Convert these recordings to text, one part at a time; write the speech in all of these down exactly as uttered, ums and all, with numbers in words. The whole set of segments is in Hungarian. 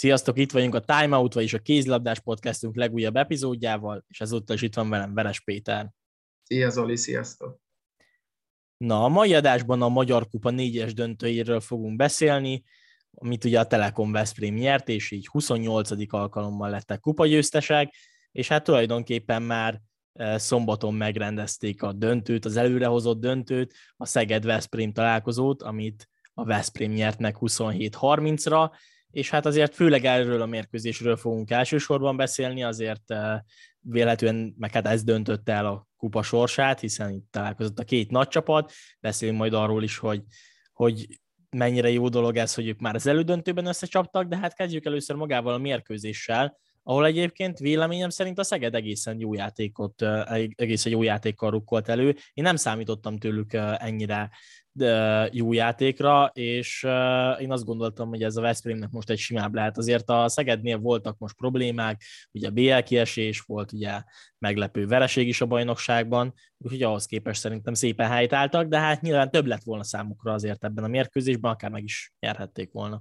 Sziasztok, itt vagyunk a Time Out, vagyis a kézilabdás podcastunk legújabb epizódjával, és ezúttal is itt van velem Veres Péter. Szia Zoli, sziasztok! Na, a mai adásban a Magyar Kupa négyes döntőjéről fogunk beszélni, amit ugye a Telekom Veszprém nyert, és így huszonnyolcadik alkalommal lettek kupagyőztesek, és hát tulajdonképpen már szombaton megrendezték a döntőt, az előrehozott döntőt, a Szeged-Veszprém találkozót, amit a Veszprém nyert meg huszonhét harmincra, és hát azért főleg erről a mérkőzésről fogunk elsősorban beszélni, azért véletlenül, meg hát ez döntötte el a kupa sorsát, hiszen itt találkozott a két nagy csapat, beszélünk majd arról is, hogy, hogy mennyire jó dolog ez, hogy ők már az elődöntőben összecsaptak, de hát kezdjük először magával a mérkőzéssel, ahol egyébként véleményem szerint a Szeged egészen jó játékot, egészen jó játékkal rukkolt elő. Én nem számítottam tőlük ennyire jó játékra, és én azt gondoltam, hogy ez a Veszprémnek most egy simább lehet. Azért a Szegednél voltak most problémák, ugye bé el kiesés volt, ugye meglepő vereség is a bajnokságban, úgyhogy ahhoz képest szerintem szépen helytálltak, de hát nyilván több lett volna számukra azért ebben a mérkőzésben, akár meg is nyerhették volna.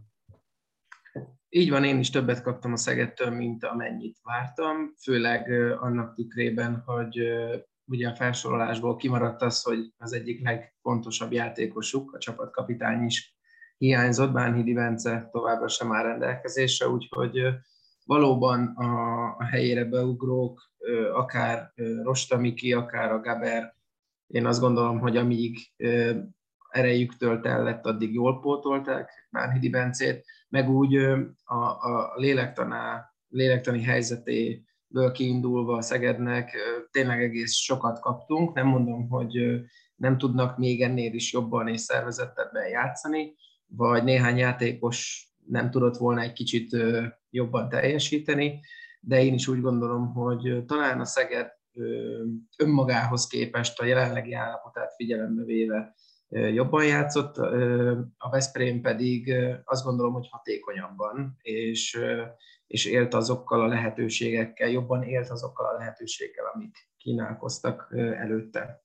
Így van, én is többet kaptam a Szegedtől, mint amennyit vártam, főleg annak tükrében, hogy ugye a felsorolásból kimaradt az, hogy az egyik legfontosabb játékosuk, a csapatkapitány is hiányzott, Bánhidi Bence továbbra sem áll rendelkezésre, úgyhogy valóban a, a helyére beugrók, akár Rosta Miki, akár a Gaber, én azt gondolom, hogy amíg erejüktől tellett, addig jól pótolták Bánhidi Bencét, meg úgy a, a lélektaná, lélektani helyzetéből kiindulva a Szegednek tényleg egész sokat kaptunk. Nem mondom, hogy nem tudnak még ennél is jobban és szervezettebben játszani, vagy néhány játékos nem tudott volna egy kicsit jobban teljesíteni, de én is úgy gondolom, hogy talán a Szeged önmagához képest a jelenlegi állapotát figyelembe véve jobban játszott, a Veszprém pedig azt gondolom, hogy hatékonyabban, és, és élt azokkal a lehetőségekkel, jobban élt azokkal a lehetőségekkel, amik kínálkoztak előtte.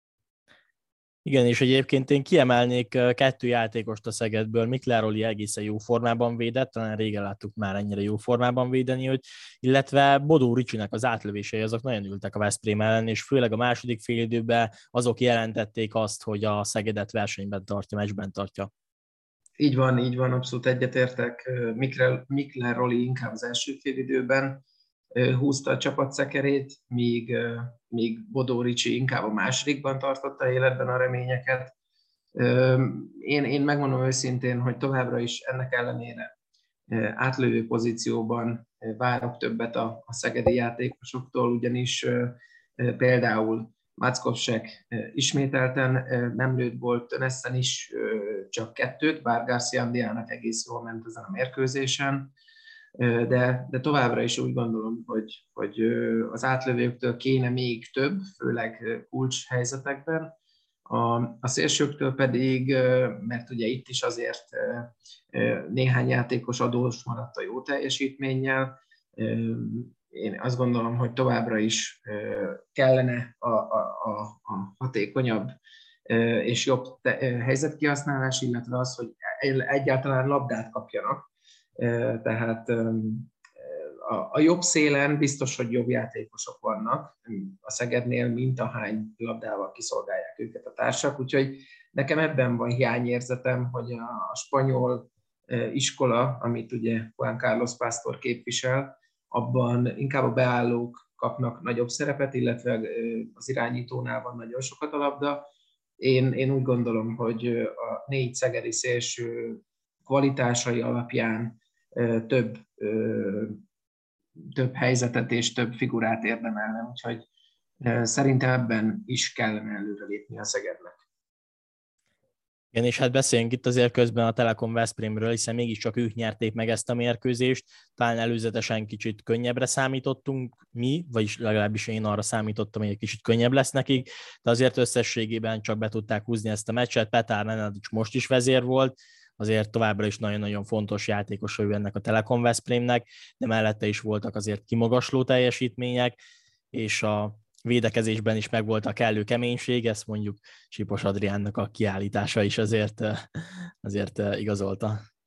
Igen, és egyébként én kiemelnék kettő játékost a Szegedből. Mikler Oli egészen jó formában védett, talán régen láttuk már ennyire jó formában védeni őt, illetve Bodó Ricsinek az átlövései azok nagyon ültek a Veszprém ellen, és főleg a második félidőben azok jelentették azt, hogy a Szegedet versenyben tartja, meccsben tartja. Így van, így van, abszolút egyetértek. Mikler Oli inkább az első félidőben húzta a csapat szekerét, míg, míg Bodó Ricsi inkább a másodikban tartotta életben a reményeket. Én, én megmondom őszintén, hogy továbbra is ennek ellenére átlövő pozícióban várok többet a, a szegedi játékosoktól, ugyanis például Mackovsek ismételten nem lőtt volt, Tönessen is csak kettőt, bár Garcia Andiának egész jól ment ezen a mérkőzésen, de, de továbbra is úgy gondolom, hogy, hogy az átlövőktől kéne még több, főleg kulcs helyzetekben. A, a szélsőktől pedig, mert ugye itt is azért néhány játékos adós maradt a jó teljesítménnyel, én azt gondolom, hogy továbbra is kellene a, a, a, a hatékonyabb és jobb helyzetkihasználás, illetve az, hogy egyáltalán labdát kapjanak. Tehát a, a jobb szélen biztos, hogy jobb játékosok vannak a Szegednél, mint ahány labdával kiszolgálják őket a társak, úgyhogy nekem ebben van hiányérzetem, hogy a, a spanyol iskola, amit ugye Juan Carlos Pastor képvisel, abban inkább a beállók kapnak nagyobb szerepet, illetve az irányítónál van nagyon sokat a labda. Én, én úgy gondolom, hogy a négy szegedi szélső kvalitásai alapján több, több helyzetet és több figurát érdemelne, úgyhogy szerintem ebben is kellene előrelépni a Szegednek. Igen, és hát beszéljünk itt azért közben a Telekom Veszprémről, hiszen mégiscsak ők nyerték meg ezt a mérkőzést, talán előzetesen kicsit könnyebbre számítottunk mi, vagyis legalábbis én arra számítottam, hogy egy kicsit könnyebb lesz nekik, de azért összességében csak be tudták húzni ezt a meccset. Petár Nenadics most is vezér volt, azért továbbra is nagyon-nagyon fontos játékos ő ennek a Telekom Veszprémnek, de mellette is voltak azért kimagasló teljesítmények, és a védekezésben is megvolt a kellő keménység, ezt mondjuk Sipos Adriánnak a kiállítása is azért, azért igazolta.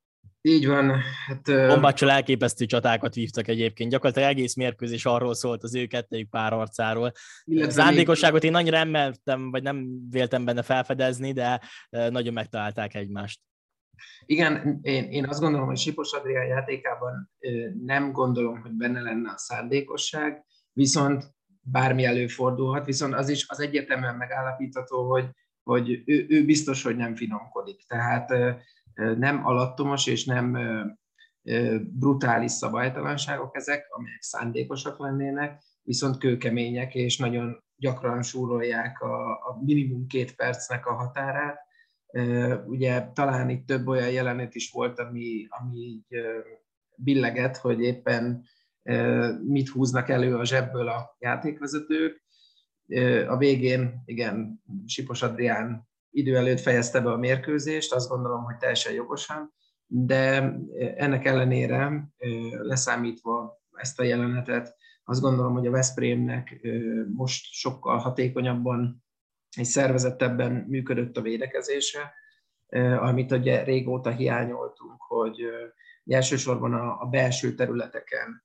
Így van. Hát, Bombáccsal elképesztő csatákat vívtak egyébként. Gyakorlatilag egész mérkőzés arról szólt az ő kettőjük párharcáról. Szándékosságot én annyira nem mertem, vagy nem véltem benne felfedezni, de nagyon megtalálták egymást. Igen, én, én azt gondolom, hogy Sipos Adrián játékában nem gondolom, hogy benne lenne a szándékosság, viszont bármi előfordulhat, viszont az is az egyértelműen megállapítható, hogy, hogy ő, ő biztos, hogy nem finomkodik. Tehát nem alattomos és nem brutális szabálytalanságok ezek, amelyek szándékosak lennének, viszont kőkemények, és nagyon gyakran súrolják a, a minimum két percnek a határát. Ugye talán itt több olyan jelenet is volt, ami, ami így billeget, hogy éppen mit húznak elő a zsebből a játékvezetők. A végén, igen, Sipos Adrián idő előtt fejezte be a mérkőzést, azt gondolom, hogy teljesen jogosan, de ennek ellenére, leszámítva ezt a jelenetet, azt gondolom, hogy a Veszprémnek most sokkal hatékonyabban és szervezettebben működött a védekezése, amit ugye régóta hiányoltunk, hogy elsősorban a belső területeken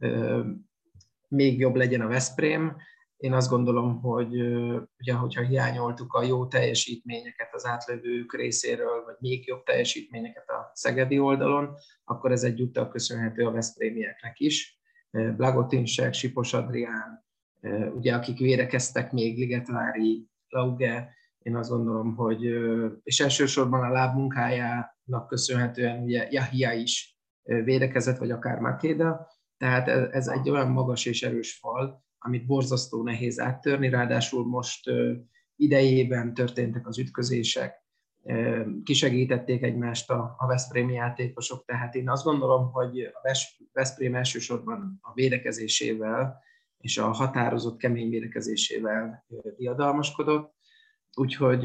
még jobb legyen a Veszprém. Én azt gondolom, hogy ugye, hogyha hiányoltuk a jó teljesítményeket az átlövők részéről, vagy még jobb teljesítményeket a szegedi oldalon, akkor ez egyúttal köszönhető a veszprémieknek is. Blagotincsek, Sipos Adrián, ugye akik védekeztek még, Ligetvári, Lauge, én azt gondolom, hogy, és elsősorban a lábmunkájának köszönhetően ugye Yahia is védekezett, vagy akár Makeda, tehát ez egy olyan magas és erős fal, amit borzasztó nehéz áttörni, ráadásul most idejében történtek az ütközések, kisegítették egymást a, a veszprémi játékosok, tehát én azt gondolom, hogy a Veszprém elsősorban a védekezésével és a határozott kemény védekezésével diadalmaskodott, úgyhogy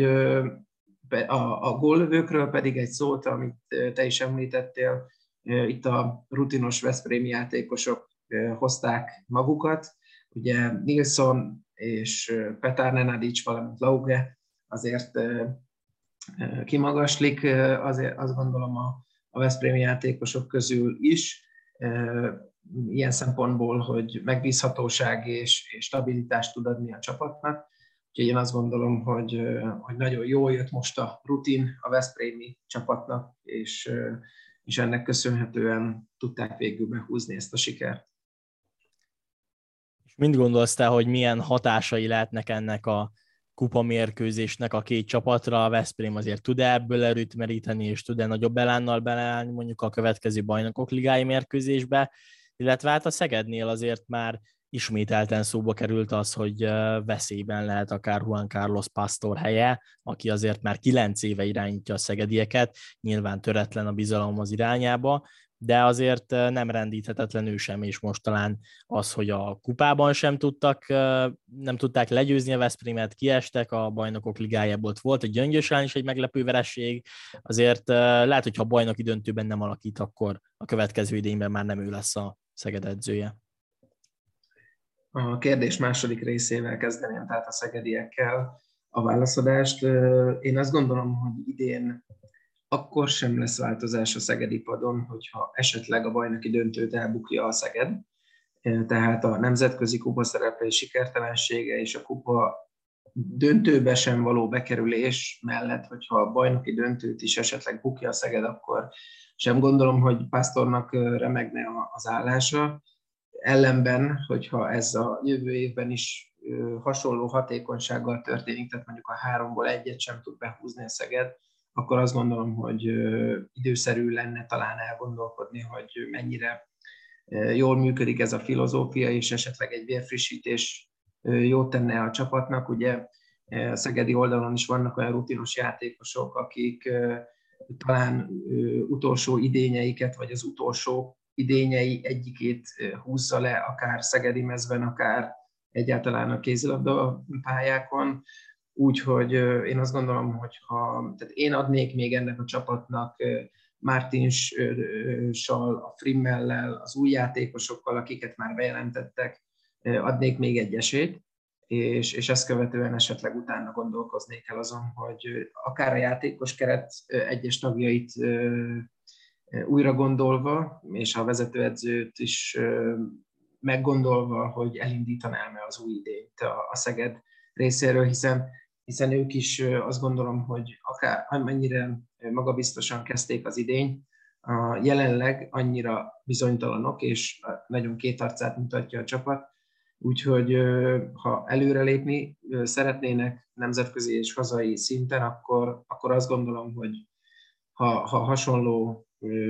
a, a góllövőkről pedig egy szót, amit te is említettél, itt a rutinos veszprémi játékosok hozták magukat, ugye Nilsson és Petar Nenadic, valamint Lauge azért kimagaslik, azért azt gondolom a, a veszprémi játékosok közül is, ilyen szempontból, hogy megbízhatóság és, és stabilitást tud adni a csapatnak. Úgyhogy én azt gondolom, hogy, hogy nagyon jól jött most a rutin a veszprémi csapatnak, és, és ennek köszönhetően tudták végül behúzni ezt a sikert. És mind gondolsz te, hogy milyen hatásai lehetnek ennek a kupamérkőzésnek a két csapatra? A Veszprém azért tud ebből erőt meríteni, és tud-e nagyobb elánnal beleállni mondjuk a következő bajnokok ligái mérkőzésbe, illetve hát a Szegednél azért már ismételten szóba került az, hogy veszélyben lehet akár Juan Carlos Pastor helye, aki azért már kilenc éve irányítja a szegedieket, nyilván töretlen a bizalom az irányába, de azért nem rendíthetetlen ő sem, és most talán az, hogy a kupában sem tudtak, nem tudták legyőzni a Veszprémet, kiestek, a bajnokok ligájából volt egy Gyöngyösen is egy meglepő veresség, azért lehet, hogyha a bajnoki döntőben nem alakít, akkor a következő idényben már nem ő lesz a Szeged edzője. A kérdés második részével kezdeném, tehát a szegediekkel a válaszadást. Én azt gondolom, hogy idén akkor sem lesz változás a szegedi padon, hogyha esetleg a bajnoki döntőt elbukja a Szeged. Tehát a nemzetközi kupa szereplés sikertelensége és a kupa döntőbe sem való bekerülés mellett, hogyha a bajnoki döntőt is esetleg bukja a Szeged, akkor sem gondolom, hogy Pásztornak remegne az állása. Ellenben, hogyha ez a jövő évben is hasonló hatékonysággal történik, tehát mondjuk a háromból egyet sem tud behúzni a Szeged, akkor azt gondolom, hogy időszerű lenne talán elgondolkodni, hogy mennyire jól működik ez a filozófia, és esetleg egy vérfrissítés jót tenne a csapatnak. Ugye a szegedi oldalon is vannak olyan rutinos játékosok, akik talán utolsó idényeiket, vagy az utolsó idényei egyikét húzza le, akár szegedi mezben, akár egyáltalán a kézilabda pályákon. Úgyhogy én azt gondolom, hogy ha, tehát én adnék még ennek a csapatnak Martinssal, a Frimmellel, az új játékosokkal, akiket már bejelentettek, adnék még egy esélyt, és, és ezt követően esetleg utána gondolkoznék el azon, hogy akár a játékos keret egyes tagjait újra gondolva, és a vezetőedzőt is meggondolva, hogy elindítanám-e az új idényt a Szeged részéről, hiszen, hiszen ők is azt gondolom, hogy akár amennyire magabiztosan kezdték az idényt, a jelenleg annyira bizonytalanok, és nagyon kétarcát mutatja a csapat, úgyhogy ha előrelépni szeretnének nemzetközi és hazai szinten, akkor, akkor azt gondolom, hogy ha, ha hasonló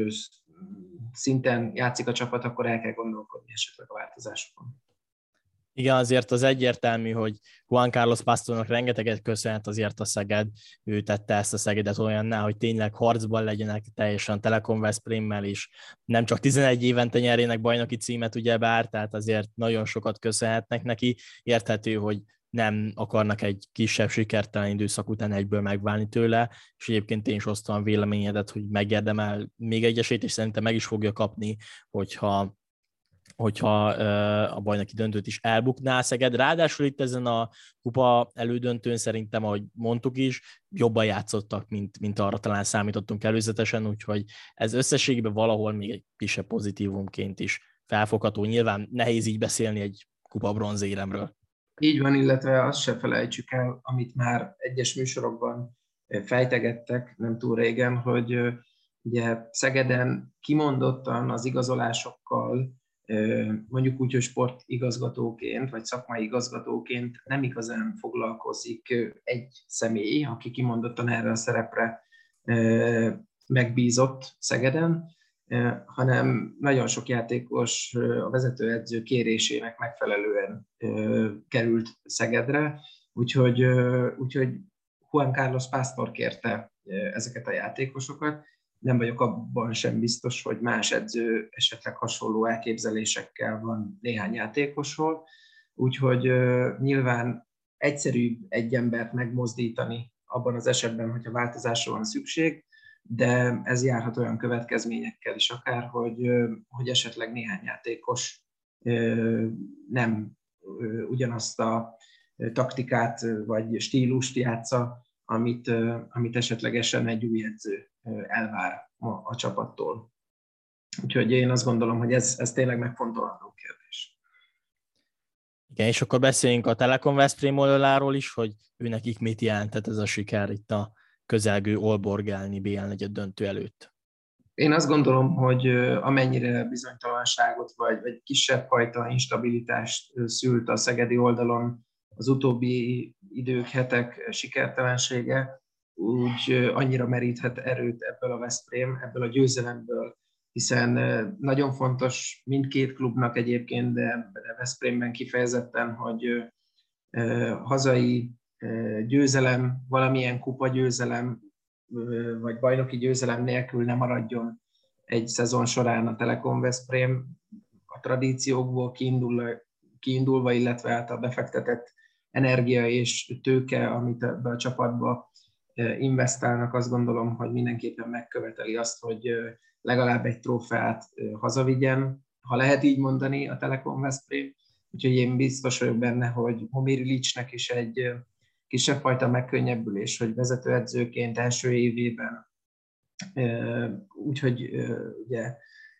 szinten játszik a csapat, akkor el kell gondolkodni esetleg a változásokon. Igen, azért az egyértelmű, hogy Juan Carlos Pastornak rengeteget köszönhet azért a Szeged, ő tette ezt a Szegedet olyanná, hogy tényleg harcban legyenek teljesen Telekom Veszprémmel is, nem csak tizenegy évente nyerjenek bajnoki címet ugyebár, tehát azért nagyon sokat köszönhetnek neki, érthető, hogy nem akarnak egy kisebb sikertelen időszak után egyből megválni tőle, és egyébként én is osztom a véleményedet, hogy megérdemel még egy esélyt, és szerintem meg is fogja kapni, hogyha hogyha a bajnoki döntőt is elbukná a Szeged. Ráadásul itt ezen a kupa elődöntőn szerintem, ahogy mondtuk is, jobban játszottak, mint, mint arra talán számítottunk előzetesen, úgyhogy ez összességében valahol még egy kisebb pozitívumként is felfogható. Nyilván nehéz így beszélni egy kupa bronzéremről. Így van, illetve azt se felejtsük el, amit már egyes műsorokban fejtegettek nem túl régen, hogy ugye Szegeden kimondottan az igazolásokkal, mondjuk úgy, hogy sportigazgatóként, vagy szakmai igazgatóként nem igazán foglalkozik egy személy, aki kimondottan erre a szerepre megbízott Szegeden, hanem nagyon sok játékos a vezetőedző kérésének megfelelően került Szegedre, úgyhogy, úgyhogy Juan Carlos Pastor kérte ezeket a játékosokat. Nem vagyok abban sem biztos, hogy más edző esetleg hasonló elképzelésekkel van néhány játékosról, úgyhogy uh, nyilván egyszerűbb egy embert megmozdítani abban az esetben, hogyha változásra van szükség, de ez járhat olyan következményekkel is akár, hogy, uh, hogy esetleg néhány játékos uh, nem uh, ugyanazt a taktikát vagy stílust játsza, amit, amit esetlegesen egy új edző elvár a, a csapattól. Úgyhogy én azt gondolom, hogy ez, ez tényleg megfontolandó kérdés. Igen, és akkor beszéljünk a Telekom Veszprém oldaláról is, hogy őnekik mit jelentett ez a siker itt a közelgő Aalborg-elleni bé el negyed döntő előtt. Én azt gondolom, hogy amennyire bizonytalanságot vagy, vagy kisebb fajta instabilitást szült a szegedi oldalon az utóbbi idők, hetek sikertelensége, úgy annyira meríthet erőt ebből a Veszprém, ebből a győzelemből, hiszen nagyon fontos mindkét klubnak egyébként, de Veszprémben kifejezetten, hogy hazai győzelem, valamilyen kupa győzelem, vagy bajnoki győzelem nélkül nem maradjon egy szezon során a Telekom Veszprém, a tradíciókból kiindulva, kiindulva illetve által befektetett energia és tőke, amit ebbe a csapatba investálnak, azt gondolom, hogy mindenképpen megköveteli azt, hogy legalább egy trófeát hazavigyen, ha lehet így mondani, a Telekom Veszprém. Úgyhogy én biztos vagyok benne, hogy Homir Ilicsnek is egy kisebb fajta megkönnyebbülés, hogy vezetőedzőként első évében, úgyhogy ugye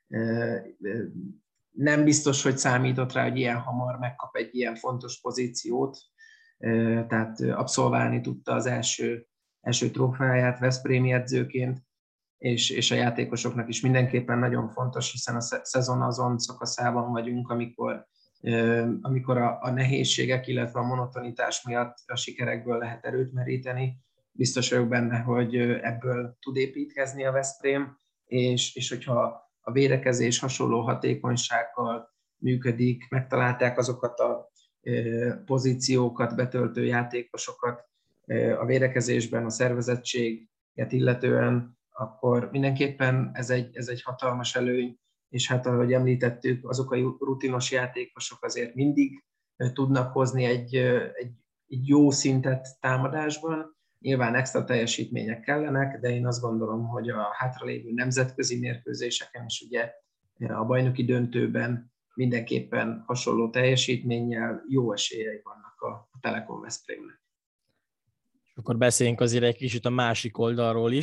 nem biztos, hogy számított rá, hogy ilyen hamar megkap egy ilyen fontos pozíciót, tehát abszolválni tudta az első, első trófeáját veszprémi edzőként, és, és a játékosoknak is mindenképpen nagyon fontos, hiszen a szezon azon szakaszában vagyunk, amikor, amikor a, a nehézségek, illetve a monotonitás miatt a sikerekből lehet erőt meríteni. Biztos vagyok benne, hogy ebből tud építkezni a Veszprém, és, és hogyha a védekezés hasonló hatékonysággal működik, megtalálták azokat a pozíciókat, betöltő játékosokat a védekezésben, a szervezettséget illetően, akkor mindenképpen ez egy, ez egy hatalmas előny, és hát ahogy említettük, azok a rutinos játékosok azért mindig tudnak hozni egy, egy, egy jó szintet támadásban. Nyilván extra teljesítmények kellenek, de én azt gondolom, hogy a hátralévő nemzetközi mérkőzéseken is ugye a bajnoki döntőben mindenképpen hasonló teljesítménnyel jó esélyei vannak a Telekom Veszprémnek. És akkor beszéljünk azért egy kicsit a másik oldalról is.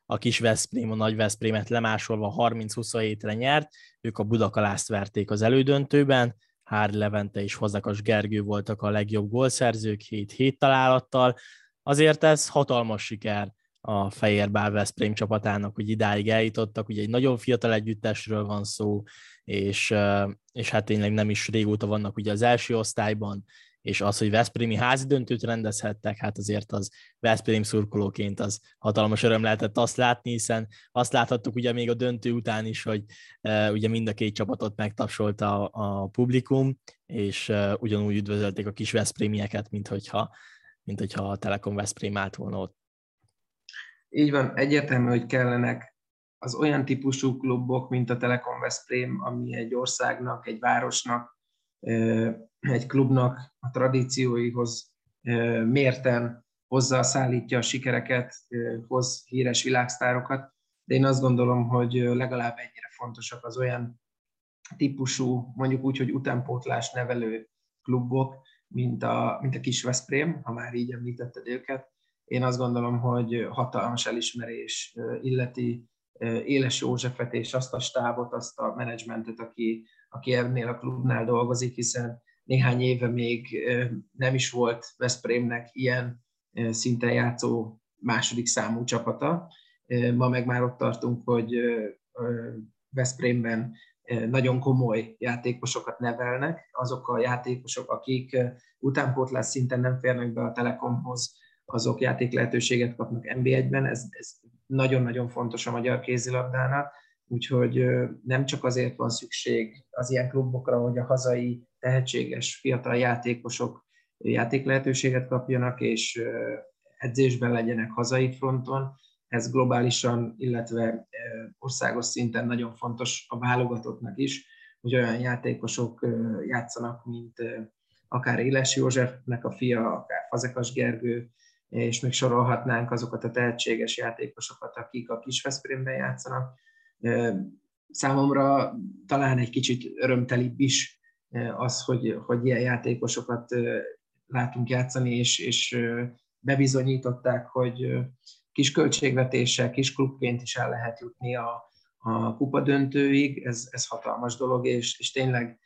a kis Veszprém a nagy Veszprémet lemásolva harminc huszonhétre nyert, ők a Budakalászt verték az elődöntőben, Hári Levente és Fazekas Gergő voltak a legjobb gólszerzők hét-hét találattal. Azért ez hatalmas siker a Fehérbál Veszprém csapatának, hogy idáig eljutottak, ugye egy nagyon fiatal együttesről van szó, és, és hát tényleg nem is régóta vannak ugye az első osztályban, és az, hogy veszprémi házi döntőt rendezhettek, hát azért az Veszprém szurkolóként az hatalmas öröm lehetett azt látni, hiszen azt láthattuk ugye még a döntő után is, hogy uh, ugye mind a két csapatot megtapsolta a, a publikum, és uh, ugyanúgy üdvözölték a kis veszprémieket, mint hogyha, mint hogyha a Telekom Veszprém állt volna ott. Így van, egyértelmű, hogy kellenek az olyan típusú klubok, mint a Telekom Veszprém, ami egy országnak, egy városnak, egy klubnak a tradícióihoz mérten hozzászállítja a sikereket, hoz híres világsztárokat, de én azt gondolom, hogy legalább ennyire fontosak az olyan típusú, mondjuk úgy, hogy utánpótlás nevelő klubok, mint a, mint a kis Veszprém, ha már így említetted őket. Én azt gondolom, hogy hatalmas elismerés illeti Éles Józsefet és azt a stábot, azt a menedzsmentet, aki, aki ennél a klubnál dolgozik, hiszen néhány éve még nem is volt Veszprémnek ilyen szinten játszó második számú csapata. Ma meg már ott tartunk, hogy Veszprémben nagyon komoly játékosokat nevelnek. Azok a játékosok, akik utánpótlás szinten nem férnek be a Telekomhoz, azok játék lehetőséget kapnak en bé egyben. Ez, ez nagyon-nagyon fontos a magyar kézilabdának, úgyhogy nem csak azért van szükség az ilyen klubokra, hogy a hazai tehetséges fiatal játékosok játék lehetőséget kapjanak, és edzésben legyenek hazai fronton. Ez globálisan, illetve országos szinten nagyon fontos a válogatottnak is, hogy olyan játékosok játszanak, mint akár Éles Józsefnek a fia, akár Fazekas Gergő, és még sorolhatnánk azokat a tehetséges játékosokat, akik a kis Veszprémben játszanak. Számomra talán egy kicsit örömtelibb is az, hogy, hogy ilyen játékosokat látunk játszani, és, és bebizonyították, hogy kis költségvetéssel, kis klubként is el lehet jutni a, a kupadöntőig. Ez, ez hatalmas dolog, és, és tényleg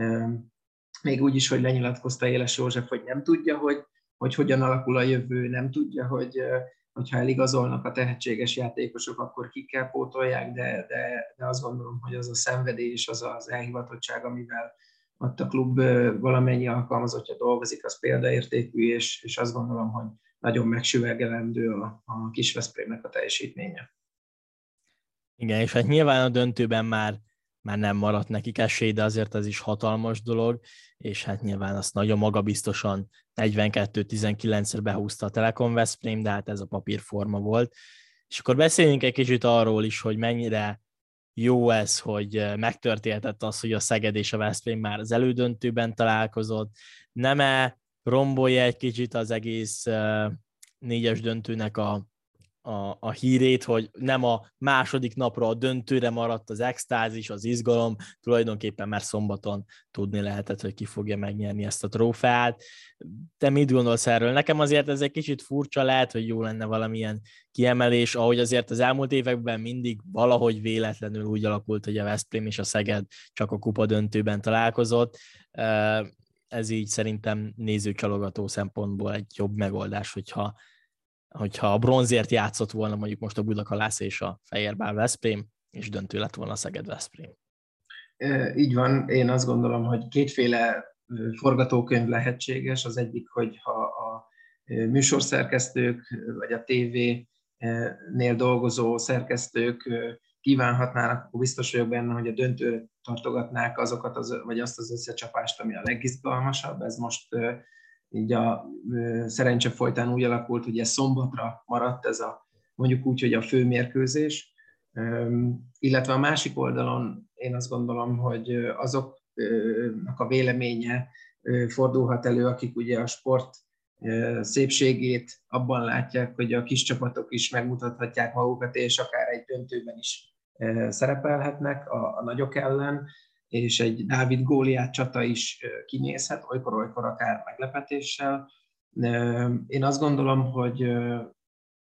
még úgy is, hogy lenyilatkozta Éles József, hogy nem tudja, hogy hogy hogyan alakul a jövő, nem tudja, hogy hogyha eligazolnak a tehetséges játékosok, akkor kikkel pótolják, de, de, de azt gondolom, hogy az a szenvedés, az az elhivatottság, amivel ott a klub valamennyi alkalmazottja dolgozik, az példaértékű, és, és azt gondolom, hogy nagyon megsüvegelendő a, a kis Veszprémnek a teljesítménye. Igen, és hát nyilván a döntőben már már nem maradt nekik esély, de azért ez is hatalmas dolog, és hát nyilván azt nagyon magabiztosan negyvenkettő tizenkilencre behúzta a Telekom Veszprém, de hát ez a papírforma volt. És akkor beszéljünk egy kicsit arról is, hogy mennyire jó ez, hogy megtörténhetett az, hogy a Szeged és a Veszprém már az elődöntőben találkozott. Nem-e rombolja egy kicsit az egész négyes döntőnek a A, a hírét, hogy nem a második napra a döntőre maradt az extázis, az izgalom, tulajdonképpen már szombaton tudni lehetett, hogy ki fogja megnyerni ezt a trófeát. Te mit gondolsz erről? Nekem azért ez egy kicsit furcsa, lehet, hogy jó lenne valamilyen kiemelés, ahogy azért az elmúlt években mindig valahogy véletlenül úgy alakult, hogy a Veszprém és a Szeged csak a kupa döntőben találkozott. Ez így szerintem nézőcsalogató szempontból egy jobb megoldás, hogyha hogyha a bronzért játszott volna mondjuk most a Budakalász és a Fehérbál Veszprém, és döntő lett volna a Szeged Veszprém. Így van, én azt gondolom, hogy kétféle forgatókönyv lehetséges. Az egyik, hogy ha a műsorszerkesztők vagy a tévénél dolgozó szerkesztők kívánhatnának, akkor biztos vagyok benne, hogy a döntőre tartogatnák azokat, az, vagy azt az összecsapást, ami a legizgalmasabb. Ez most így a szerencse folytán úgy alakult, hogy ez szombatra maradt, ez a mondjuk úgy, hogy a fő mérkőzés. Illetve a másik oldalon én azt gondolom, hogy azoknak a véleménye fordulhat elő, akik ugye a sport szépségét abban látják, hogy a kis csapatok is megmutathatják magukat, és akár egy döntőben is szerepelhetnek a, a nagyok ellen, és egy Dávid Góliát csata is kinézhet, olykor-olykor akár meglepetéssel. Én azt gondolom, hogy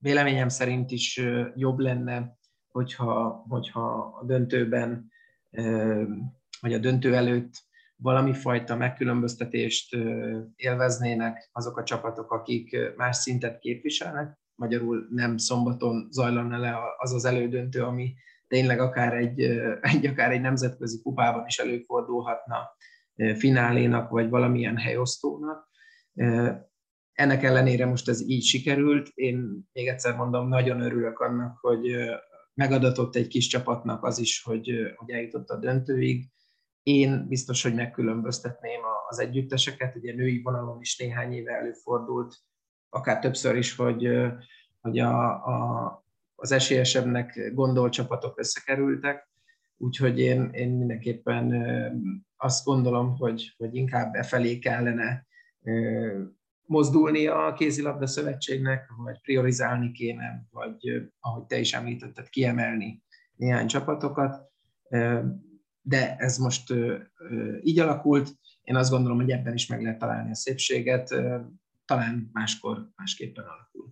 véleményem szerint is jobb lenne, hogyha, hogyha a döntőben, vagy a döntő előtt valami fajta megkülönböztetést élveznének azok a csapatok, akik más szintet képviselnek. Magyarul nem szombaton zajlana le az az elődöntő, ami tényleg akár egy, egy, akár egy nemzetközi kupában is előfordulhatna finálénak, vagy valamilyen helyosztónak. Ennek ellenére most ez így sikerült. Én még egyszer mondom, nagyon örülök annak, hogy megadatott egy kis csapatnak az is, hogy, hogy eljutott a döntőig. Én biztos, hogy megkülönböztetném az együtteseket. Ugye női vonalon is néhány éve előfordult, akár többször is, hogy, hogy a, a, az esélyesebbnek gondolt csapatok összekerültek. Úgyhogy én, én mindenképpen azt gondolom, hogy, hogy inkább e felé kellene mozdulni a kézilabda szövetségnek, vagy priorizálni kéne, vagy ahogy te is említetted, kiemelni néhány csapatokat. De ez most így alakult. Én azt gondolom, hogy ebben is meg lehet találni a szépséget. Talán máskor másképpen alakul.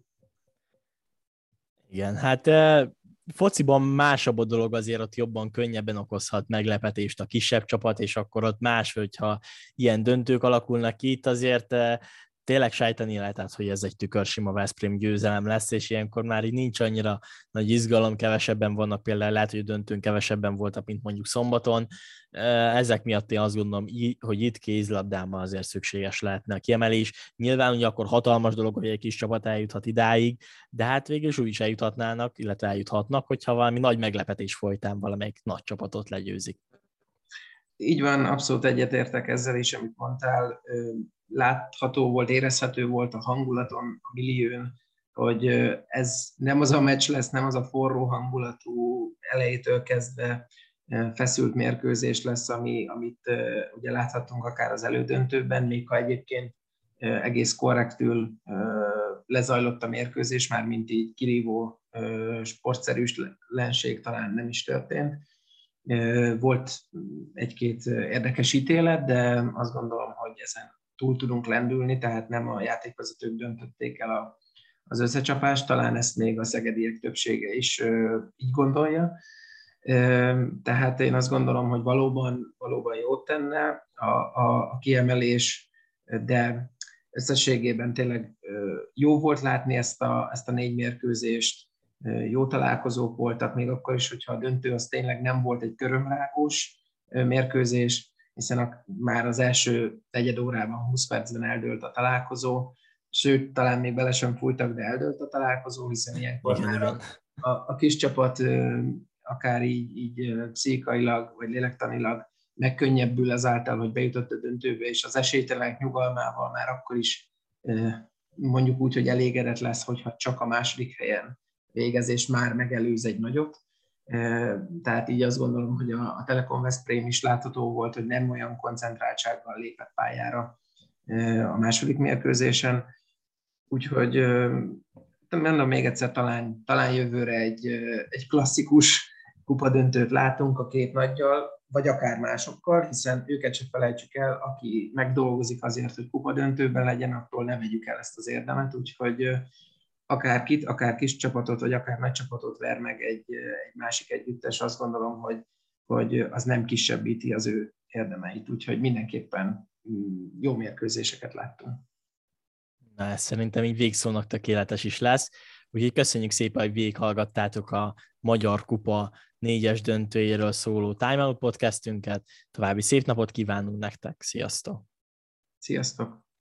Igen, hát fociban másabb a dolog, azért ott jobban, könnyebben okozhat meglepetést a kisebb csapat, és akkor ott más, hogyha ilyen döntők alakulnak ki, itt azért tényleg sejteni lehetett, hogy ez egy tükörsima Veszprém győzelem lesz, és ilyenkor már így nincs annyira nagy izgalom, kevesebben vannak, például lehet, hogy a döntőn kevesebben voltak, mint mondjuk szombaton. Ezek miatt én azt gondolom, hogy itt kézilabdában azért szükséges lehetne a kiemelés. Nyilván ugye akkor hatalmas dolog, hogy egy kis csapat eljuthat idáig, de hát végül is úgy is eljuthatnának, illetve eljuthatnak, hogyha valami nagy meglepetés folytán valamelyik nagy csapatot legyőzik. Így van, abszolút egyetértek ezzel is, amit mondtál. Látható volt, érezhető volt a hangulaton, a millión, hogy ez nem az a meccs lesz, nem az a forró hangulatú, elejétől kezdve feszült mérkőzés lesz, ami, amit ugye láthatunk akár az elődöntőben, még ha egyébként egész korrektül lezajlott a mérkőzés, már mint így kirívó sportszerűtlenség talán nem is történt. Volt egy-két érdekes ítélet, de azt gondolom, hogy ezen túl tudunk lendülni, tehát nem a játékvezetők döntötték el a, az összecsapást, talán ezt még a szegediek többsége is így gondolja. Tehát én azt gondolom, hogy valóban, valóban jót tenne a, a, a kiemelés, de összességében tényleg jó volt látni ezt a, ezt a négy mérkőzést, jó találkozók voltak, még akkor is, hogyha a döntő az tényleg nem volt egy körömrágós mérkőzés, hiszen a, már az első negyed órában, húsz percben eldőlt a találkozó, sőt, talán még bele sem fújtak, de eldőlt a találkozó, hiszen ilyenkor igen, már igen. A, a kis csapat akár így, így pszichikailag vagy lélektanilag megkönnyebbül ezáltal, hogy bejutott a döntőbe, és az esélytelenek nyugalmával már akkor is mondjuk úgy, hogy elégedett lesz, hogyha csak a második helyen végezés már megelőz egy nagyot. Tehát így azt gondolom, hogy a, a Telekom Veszprém is látható volt, hogy nem olyan koncentráltsággal lépett pályára a második mérkőzésen. Úgyhogy mondom még egyszer, talán, talán jövőre egy, egy klasszikus kupadöntőt látunk a két nagyjal, vagy akár másokkal, hiszen őket se felejtsük el, aki megdolgozik azért, hogy kupadöntőben legyen, attól ne vegyük el ezt az érdemet, úgyhogy akár kit, akár kis csapatot, vagy akár nagy csapatot ver meg egy, egy másik együttes, azt gondolom, hogy, hogy az nem kisebbíti az ő érdemeit, úgyhogy mindenképpen jó mérkőzéseket láttunk. Na, ez szerintem így végszónak tökéletes is lesz. Úgyhogy köszönjük szépen, hogy végighallgattátok a Magyar Kupa négyes döntőjéről szóló Time Out podcastünket. További szép napot kívánunk nektek. Sziasztok! Sziasztok!